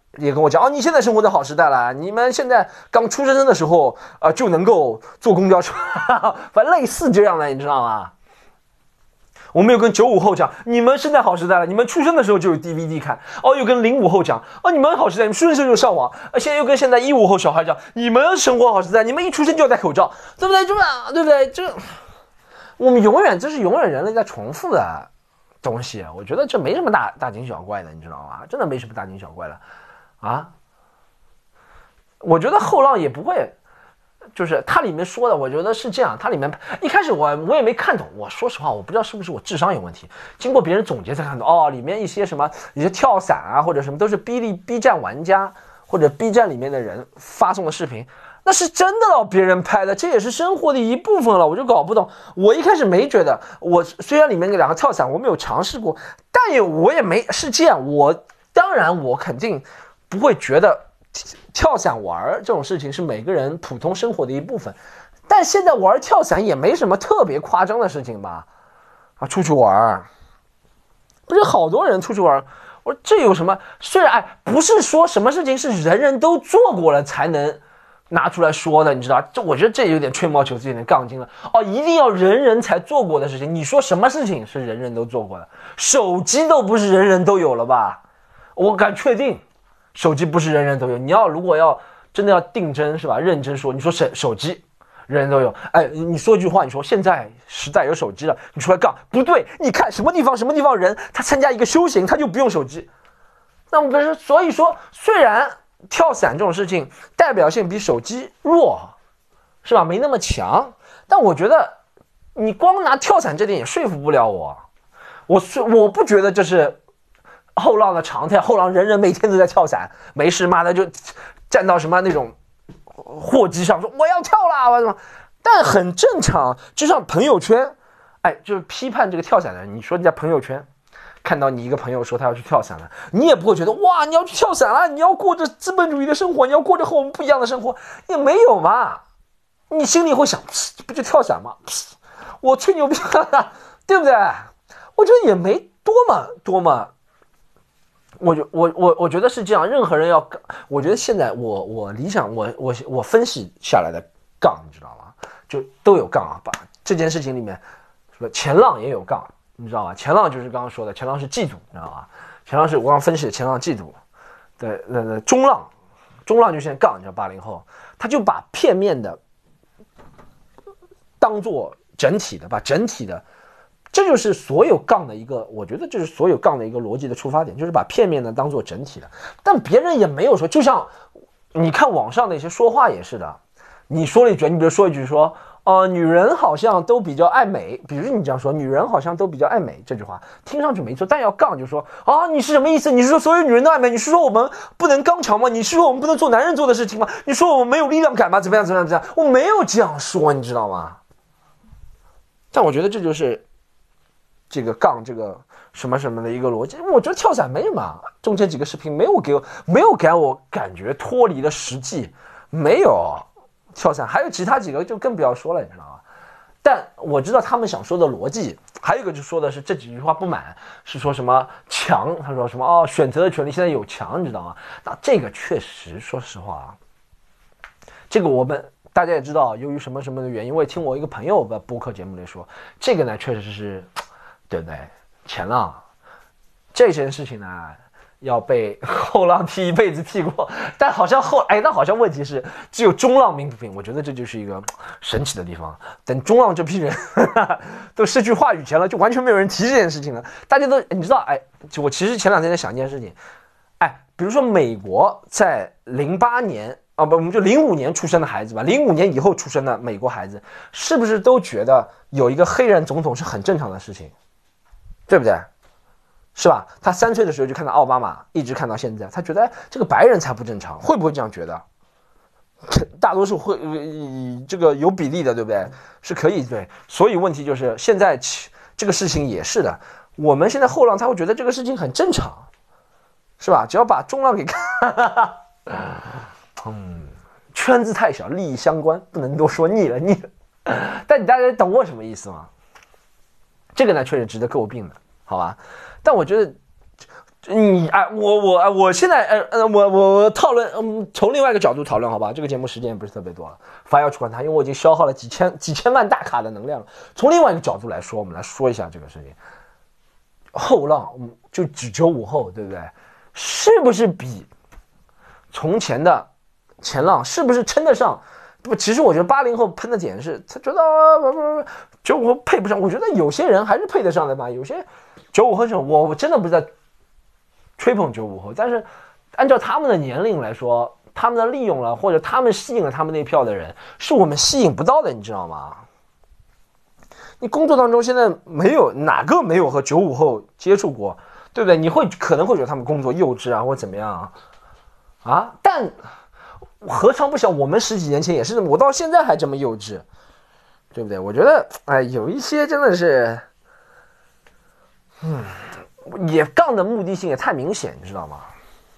也跟我讲哦，你现在生活在好时代了，你们现在刚出生的时候啊、呃、就能够坐公交车，反正类似这样的，你知道吗？我们又跟九五后讲，你们现在好时代了，你们出生的时候就有 D V D 看。哦，又跟零五后讲，哦，你们好时代，你们出生的时候就上网。呃，现在又跟现在一五后小孩讲，你们生活好时代，你们一出生就要戴口罩，对不对？对吧？对不对？这我们永远这是永远人类在重复的东西，我觉得这没什么大大惊小怪的，你知道吗？真的没什么大惊小怪的啊。我觉得后浪也不会。就是它里面说的，我觉得是这样。它里面一开始我我也没看懂，我说实话，我不知道是不是我智商有问题。经过别人总结才看懂，哦，里面一些什么一些跳伞啊，或者什么都是哔哩 B 站玩家或者 B 站里面的人发送的视频，那是真的了，别人拍的，这也是生活的一部分了。我就搞不懂，我一开始没觉得，我虽然里面那两个跳伞我没有尝试过，但也我也没是这样。我当然我肯定不会觉得。跳伞玩这种事情是每个人普通生活的一部分，但现在玩跳伞也没什么特别夸张的事情吧？啊，出去玩，不是好多人出去玩，我说这有什么？虽然哎，不是说什么事情是人人都做过了才能拿出来说的，你知道？这我觉得这有点吹毛求疵，有点杠精了。哦，一定要人人才做过的事情，你说什么事情是人人都做过的？手机都不是人人都有了吧？我敢确定。手机不是人人都有，你要如果要真的要定真是吧？认真说，你说手手机人人都有，哎，你说一句话，你说现在时代有手机了，你出来杠不对？你看什么地方什么地方人，他参加一个修行，他就不用手机，那么不是？所以说，虽然跳伞这种事情代表性比手机弱，是吧？没那么强，但我觉得你光拿跳伞这点也说服不了我，我我不觉得这是。后浪的常态，后浪人人每天都在跳伞，没事妈的就站到什么那种货机上说我要跳啦，我什么，但很正常。就像朋友圈，哎，就是批判这个跳伞的人，你说你在朋友圈看到你一个朋友说他要去跳伞了，你也不会觉得哇你要去跳伞了，你要过着资本主义的生活，你要过着和我们不一样的生活，也没有嘛。你心里会想，不就跳伞吗？我吹牛逼，对不对？我觉得也没多么多么。我觉我我我觉得是这样，任何人要，我觉得现在我我理想我我我分析下来的杠，你知道吗？就都有杠啊，把这件事情里面，说前浪也有杠，你知道吗？前浪就是刚刚说的，前浪是嫉妒，你知道吗？前浪是我刚刚分析的前浪嫉妒，对，呃，中浪，中浪就现在杠，你知道八零后，他就把片面的当做整体的，把整体的。这就是所有杠的一个，我觉得这是所有杠的一个逻辑的出发点，就是把片面的当做整体的。但别人也没有说，就像你看网上的一些说话也是的，你说了一句，你比如说一句说，呃，女人好像都比较爱美，比如你这样说，女人好像都比较爱美，这句话听上去没错，但要杠就说啊，你是什么意思？你是说所有女人都爱美？你是说我们不能刚强吗？你是说我们不能做男人做的事情吗？你说我们没有力量感吗？怎么样怎么样怎么样？我没有这样说，你知道吗？但我觉得这就是。这个杠这个什么什么的一个逻辑，我觉得跳伞没什么，中间几个视频没有给我没有给我感觉脱离了实际，没有跳伞，还有其他几个就更不要说了，你知道吗？但我知道他们想说的逻辑，还有一个就说的是这几句话不满，是说什么强，他说什么哦，选择的权利现在有强，你知道吗？那这个确实，说实话啊，这个我们。大家也知道，由于什么什么的原因，我也听我一个朋友在播客节目里说，这个呢确实是。对不对？前浪这件事情呢，要被后浪踢一辈子踢过，但好像后哎，那好像问题是只有中浪鸣不平。我觉得这就是一个神奇的地方。等中浪这批人呵呵都失去话语权了，就完全没有人提这件事情了。大家都你知道，哎，就我其实前两天在想一件事情，哎，比如说美国在零八年。啊不，我们就零五年出生的孩子吧，零五年以后出生的美国孩子，是不是都觉得有一个黑人总统是很正常的事情，对不对？是吧？他三岁的时候就看到奥巴马，一直看到现在，他觉得这个白人才不正常，会不会这样觉得？大多数会，呃、这个有比例的，对不对？是可以对，所以问题就是现在这个事情也是的，我们现在后浪他会觉得这个事情很正常，是吧？只要把中浪给看。嗯，圈子太小，利益相关，不能多说，腻了腻了。但你大家懂我什么意思吗？这个呢，确实值得诟病的，好吧？但我觉得， 你哎，我我哎，我现在呃呃，我我我讨论，嗯，从另外一个角度讨论，好吧？这个节目时间也不是特别多了，反而要去管它，因为我已经消耗了几千几千万大卡的能量了。从另外一个角度来说，我们来说一下这个事情。后浪，嗯，就指九五后，对不对？是不是比从前的前浪是不是称得上？不，其实我觉得八零后喷的点是，他觉得不不不，九五后配不上。我觉得有些人还是配得上的吧，有些九五后是，我我真的不是在吹捧九五后，但是按照他们的年龄来说，他们的利用了或者他们吸引了他们那票的人，是我们吸引不到的，你知道吗？你工作当中现在没有哪个没有和九五后接触过，对不对？你会可能会觉得他们工作幼稚啊，或怎么样啊？啊，但何尝不想我们十几年前也是这么，我到现在还这么幼稚，对不对？我觉得，哎，有一些真的是，嗯。也杠的目的性也太明显，你知道吗？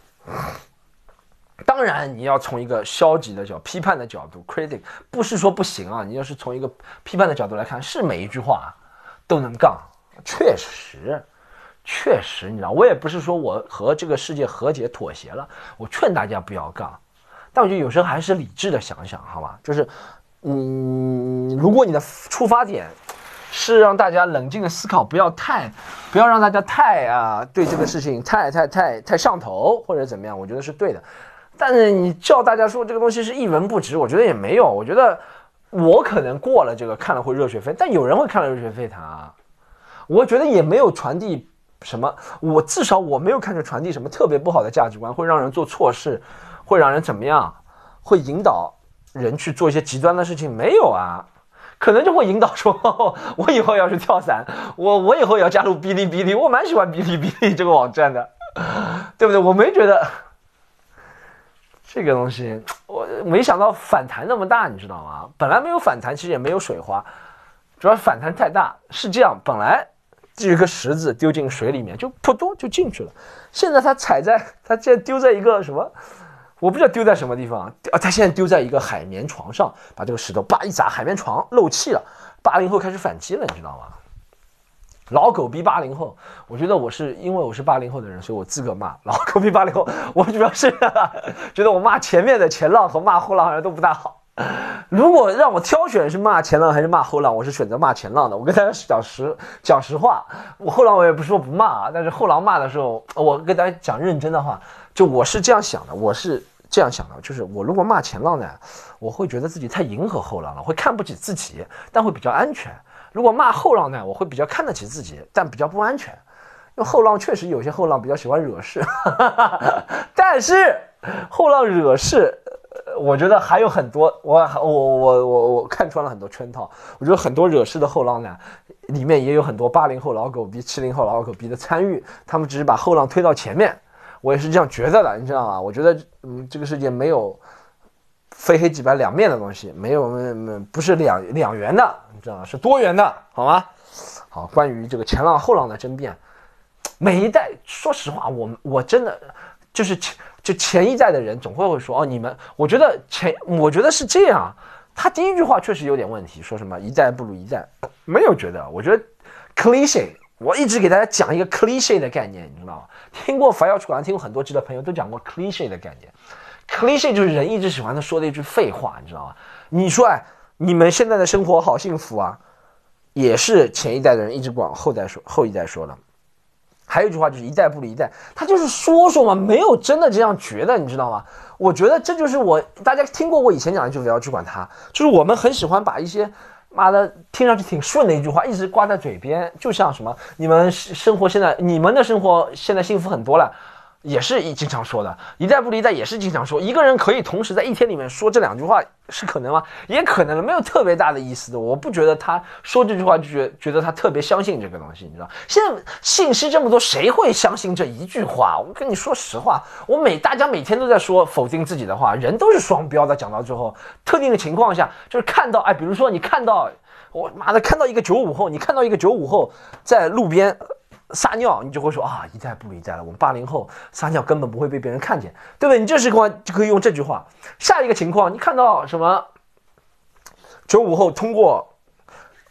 当然，你要从一个消极的角、批判的角度 ，critic 不是说不行啊。你要是从一个批判的角度来看，是每一句话都能杠，确实，确实，你知道，我也不是说我和这个世界和解妥协了，我劝大家不要杠，但我觉得有时候还是理智的想想，好吧？就是，嗯，如果你的出发点是让大家冷静的思考，不要太，不要让大家太啊对这个事情太太太太上头或者怎么样，我觉得是对的。但是你叫大家说这个东西是一文不值，我觉得也没有。我觉得我可能过了这个看了会热血沸腾，但有人会看了热血沸腾啊。我觉得也没有传递什么，我至少我没有看着传递什么特别不好的价值观，会让人做错事，会让人怎么样，会引导人去做一些极端的事情，没有啊。可能就会引导说，哦，我以后要去跳伞，我我以后要加入哔哩哔哩，我蛮喜欢哔哩哔哩这个网站的，对不对？我没觉得这个东西，我没想到反弹那么大，你知道吗？本来没有反弹，其实也没有水花，主要反弹太大。是这样，本来就有一个石子丢进水里面，就扑通就进去了。现在他踩在，他现在丢在一个什么？我不知道丢在什么地方啊！他现在丢在一个海绵床上，把这个石头叭一砸，海绵床漏气了。八零后开始反击了，你知道吗？老狗逼八零后，我觉得我是因为我是八零后的人，所以我资格骂老狗逼八零后。我主要是觉得我骂前面的前浪和骂后浪好像都不大好。如果让我挑选是骂前浪还是骂后浪，我是选择骂前浪的。我跟大家讲实讲实话，我后浪我也不是说不骂，但是后浪骂的时候，我跟大家讲认真的话，就我是这样想的，我是这样想的，就是我如果骂前浪呢，我会觉得自己太迎合后浪了，会看不起自己，但会比较安全。如果骂后浪呢，我会比较看得起自己，但比较不安全。因为后浪确实有些后浪比较喜欢惹事，但是后浪惹事，我觉得还有很多，我我我我我看穿了很多圈套。我觉得很多惹事的后浪呢，里面也有很多八零后老狗逼、七零后老狗逼的参与，他们只是把后浪推到前面。我也是这样觉得的，你知道吗？我觉得，嗯，这个世界没有非黑即白两面的东西，没有，嗯，不是两两元的，你知道吗？是多元的，好吗？好，关于这个前浪后浪的争辩，每一代，说实话，我我真的就是前就前一代的人总会会说，哦，你们，我觉得前，我觉得是这样。他第一句话确实有点问题，说什么一代不如一代，没有觉得，我觉得 cliche。我一直给大家讲一个 cliche 的概念，你知道吗？听过樊耀出馆，听过很多集的朋友都讲过 cliche 的概念。cliche 就是人一直喜欢他说的一句废话，你知道吗？你说，哎，你们现在的生活好幸福啊，也是前一代的人一直往后代说，后一代说的。还有一句话就是一代不如一代，他就是说说嘛，没有真的这样觉得，你知道吗？我觉得这就是我，大家听过我以前讲的，就不要去管他，就是我们很喜欢把一些。妈的，听上去挺顺的一句话，一直挂在嘴边，就像什么，你们生活现在，你们的生活现在幸福很多了，也是经常说的，一代不离一代也是经常说。一个人可以同时在一天里面说这两句话，是可能吗？也可能了，没有特别大的意思的。我不觉得他说这句话就觉觉得他特别相信这个东西，你知道？现在信息这么多，谁会相信这一句话？我跟你说实话，我每大家每天都在说否定自己的话，人都是双标的。讲到最后，特定的情况下，就是看到，哎，比如说你看到我妈的看到一个九五后，你看到一个九五后在路边撒尿，你就会说啊，一代不如一代了。我们八零后撒尿根本不会被别人看见，对不对？你这时候就可以用这句话。下一个情况，你看到什么九五后通过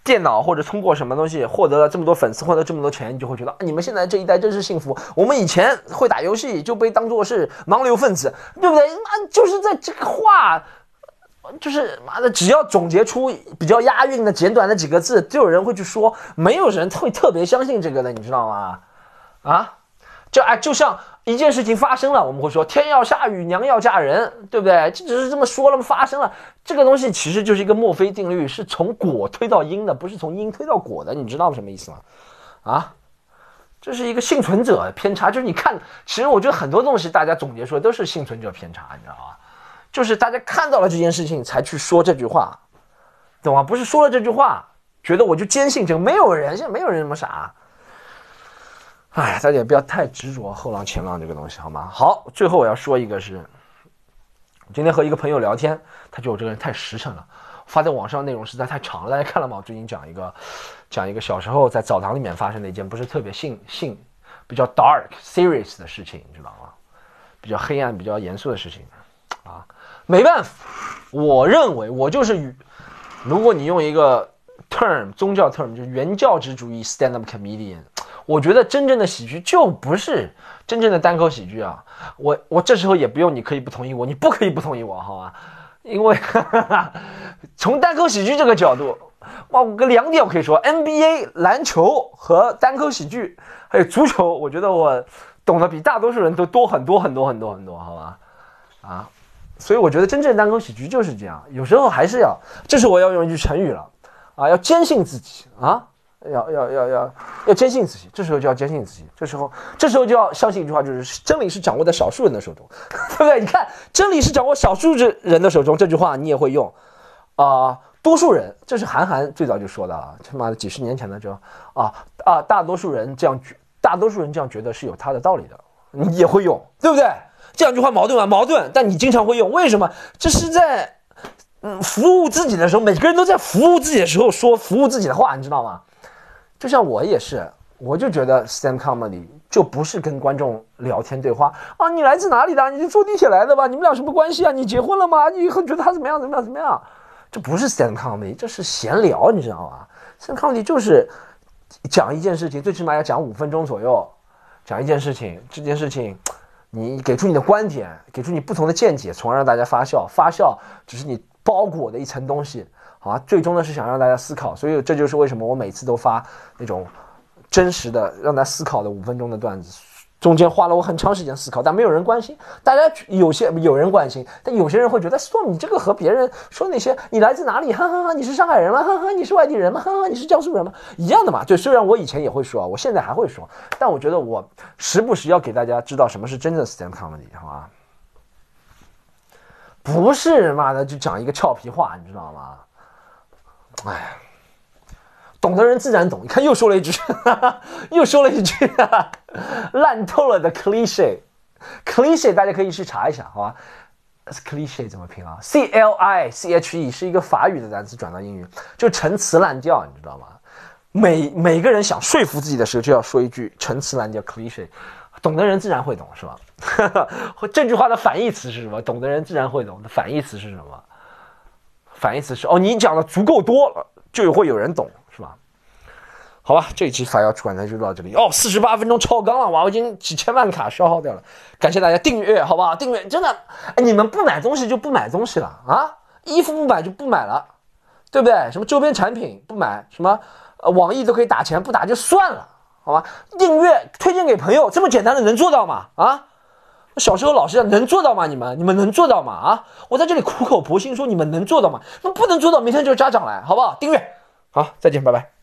电脑或者通过什么东西获得了这么多粉丝，获得这么多钱，你就会觉得、啊、你们现在这一代真是幸福。我们以前会打游戏就被当作是盲流分子，对不对？妈就是在这个话，就是妈的，只要总结出比较押韵的简短的几个字，就有人会去说，没有人会特别相信这个的，你知道吗？啊，就哎，就像一件事情发生了，我们会说天要下雨，娘要嫁人，对不对？这只是这么说了吗？发生了，这个东西其实就是一个墨菲定律，是从果推到因的，不是从因推到果的，你知道什么意思吗？啊，这是一个幸存者偏差，就是你看，其实我觉得很多东西大家总结说都是幸存者偏差，你知道吗？就是大家看到了这件事情才去说这句话，懂吗？不是说了这句话，觉得我就坚信这个，没有人，现在没有人那么傻。哎，大家也不要太执着后浪前浪这个东西，好吗？好，最后我要说一个是，今天和一个朋友聊天，他觉得我这个人太实诚了，发在网上内容实在太长了，大家看了吗？我最近讲一个，讲一个小时候在澡堂里面发生的一件不是特别性性比较 dark serious 的事情，你知道吗？比较黑暗、比较严肃的事情啊，没办法，我认为我就是与，如果你用一个 term 宗教 term 就是原教旨主义 stand up comedian。我觉得真正的喜剧就不是真正的单口喜剧啊！我我这时候也不用，你可以不同意我，你不可以不同意我，好吧？因为哈哈哈从单口喜剧这个角度，哇，我个两点我可以说 ，N B A 篮球和单口喜剧还有足球，我觉得我懂得比大多数人都多很多很多很多很多，好吧？啊，所以我觉得真正的单口喜剧就是这样，有时候还是要，这是我要用一句成语了啊，要坚信自己啊。要要要要要坚信自己，这时候就要坚信自己，这时候这时候就要相信一句话，就是真理是掌握在少数人的手中，对不对？你看，真理是掌握少数人的手中，这句话你也会用啊、呃。多数人，这是韩寒最早就说的啊，他妈的几十年前的这啊啊，大多数人这样觉，大多数人这样觉得是有他的道理的，你也会用，对不对？这两句话矛盾吗？矛盾，但你经常会用，为什么？这是在嗯服务自己的时候，每个人都在服务自己的时候说服务自己的话，你知道吗？就像我也是，我就觉得 stand comedy 就不是跟观众聊天对话啊，你来自哪里的？你是坐地铁来的吧？你们俩什么关系啊？你结婚了吗？你以后觉得他怎么样怎么样怎么样？这不是 stand comedy， 这是闲聊，你知道吗 ？stand comedy 就是讲一件事情，最起码要讲五分钟左右，讲一件事情，这件事情你给出你的观点，给出你不同的见解，从而让大家发酵，发酵只是你包裹的一层东西。好啊，最终呢是想让大家思考，所以这就是为什么我每次都发那种真实的让大家思考的五分钟的段子，中间花了我很长时间思考，但没有人关心。大家有些有人关心，但有些人会觉得 Storm 你这个和别人说那些你来自哪里，哈哈哈，你是上海人吗？哈哈，你是外地人吗？哈哈，你是江苏人吗？一样的嘛。对，虽然我以前也会说，我现在还会说，但我觉得我时不时要给大家知道什么是真正的 stand comedy， 好吧？不是妈的就讲一个俏皮话，你知道吗？哎，懂的人自然懂。你看，又说了一句，哈哈，又说了一句哈哈烂透了的 cliche。cliche 大家可以去查一下，好吧 ？cliche 怎么拼啊 ？C L I C H E 是一个法语的单词转到英语，就陈词滥调，你知道吗？每每个人想说服自己的时候，就要说一句陈词滥调 cliche， 懂的人自然会懂，是吧？这句话的反义词是什么？懂的人自然会懂的反义词是什么？反义词是哦，你讲的足够多了，就会有人懂，是吧？好吧，这一期法要管它就到这里哦，四十八分钟超纲了，哇，我已经几千万卡消耗掉了，感谢大家订阅，好不好？订阅真的，哎，你们不买东西就不买东西了啊，衣服不买就不买了，对不对？什么周边产品不买，什么呃网易都可以打钱，不打就算了，好吧？订阅推荐给朋友，这么简单的能做到吗？啊？小时候老师讲能做到吗？你们你们能做到吗？啊！我在这里苦口婆心说你们能做到吗？那不能做到，明天就是家长来，好不好？订阅，好，再见，拜拜。